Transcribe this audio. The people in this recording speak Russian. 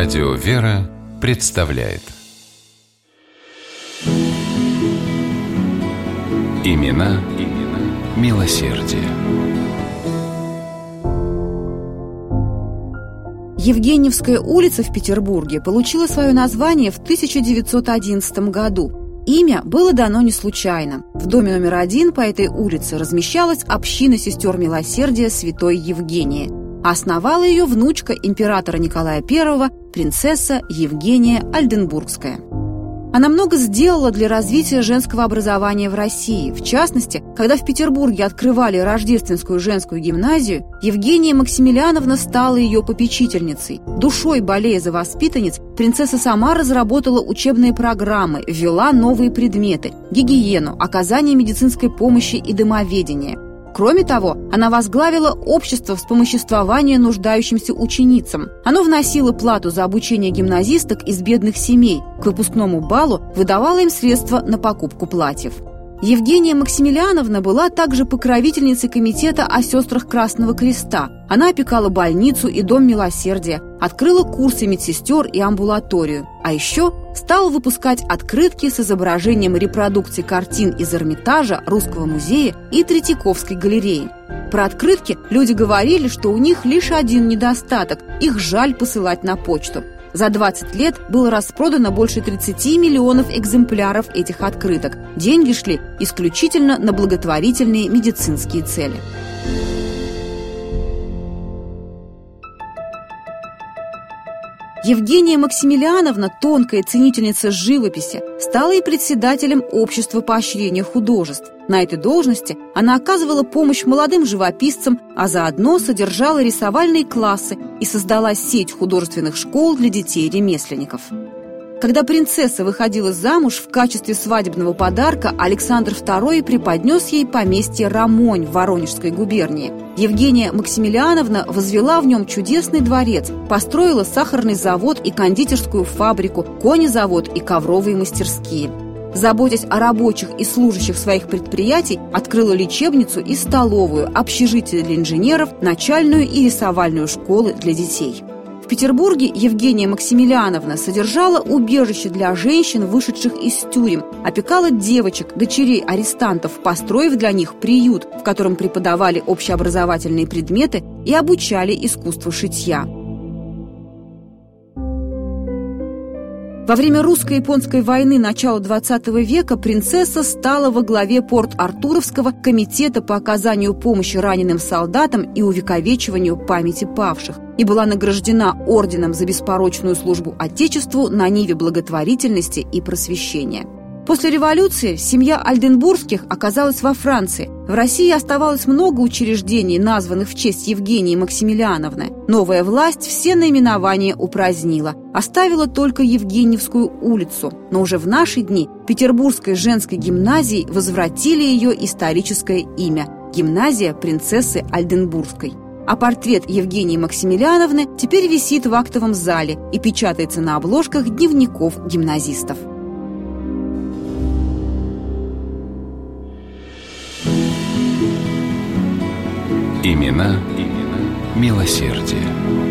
Радио «Вера» представляет Имена милосердия. Евгеньевская улица в Петербурге получила свое название в 1911 году. Имя было дано не случайно. В доме номер 1 по этой улице размещалась община сестер милосердия святой Евгении. Основала ее внучка императора Николая I, принцесса Евгения Ольденбургская. Она много сделала для развития женского образования в России. В частности, когда в Петербурге открывали Рождественскую женскую гимназию, Евгения Максимилиановна стала ее попечительницей. Душой болея за воспитанниц, принцесса сама разработала учебные программы, ввела новые предметы – гигиену, оказание медицинской помощи и домоведение. Кроме того, она возглавила общество вспомоществования нуждающимся ученицам. Оно вносило плату за обучение гимназисток из бедных семей, к выпускному балу выдавало им средства на покупку платьев. Евгения Максимилиановна была также покровительницей комитета о сестрах Красного Креста. Она опекала больницу и дом милосердия, открыла курсы медсестер и амбулаторию. А еще стала выпускать открытки с изображением репродукций картин из Эрмитажа, Русского музея и Третьяковской галереи. Про открытки люди говорили, что у них лишь один недостаток – их жаль посылать на почту. За 20 лет было распродано больше 30 миллионов экземпляров этих открыток. Деньги шли исключительно на благотворительные медицинские цели. Евгения Максимилиановна, тонкая ценительница живописи, стала и председателем общества поощрения художеств. На этой должности она оказывала помощь молодым живописцам, а заодно содержала рисовальные классы и создала сеть художественных школ для детей-ремесленников. Когда принцесса выходила замуж, в качестве свадебного подарка Александр II преподнес ей поместье Рамонь в Воронежской губернии. Евгения Максимилиановна возвела в нем чудесный дворец, построила сахарный завод и кондитерскую фабрику, конезавод и ковровые мастерские. Заботясь о рабочих и служащих своих предприятий, открыла лечебницу и столовую, общежитие для инженеров, начальную и рисовальную школы для детей. В Петербурге Евгения Максимилиановна содержала убежище для женщин, вышедших из тюрем, опекала девочек, дочерей арестантов, построив для них приют, в котором преподавали общеобразовательные предметы и обучали искусству шитья. Во время русско-японской войны начала XX века принцесса стала во главе Порт-Артуровского комитета по оказанию помощи раненым солдатам и увековечиванию памяти павших и была награждена орденом за беспорочную службу Отечеству на ниве благотворительности и просвещения. После революции семья Ольденбургских оказалась во Франции. В России оставалось много учреждений, названных в честь Евгении Максимилиановны. Новая власть все наименования упразднила, оставила только Евгеньевскую улицу. Но уже в наши дни Петербургской женской гимназии возвратили ее историческое имя – гимназия принцессы Ольденбургской. А портрет Евгении Максимилиановны теперь висит в актовом зале и печатается на обложках дневников гимназистов. Имена милосердия.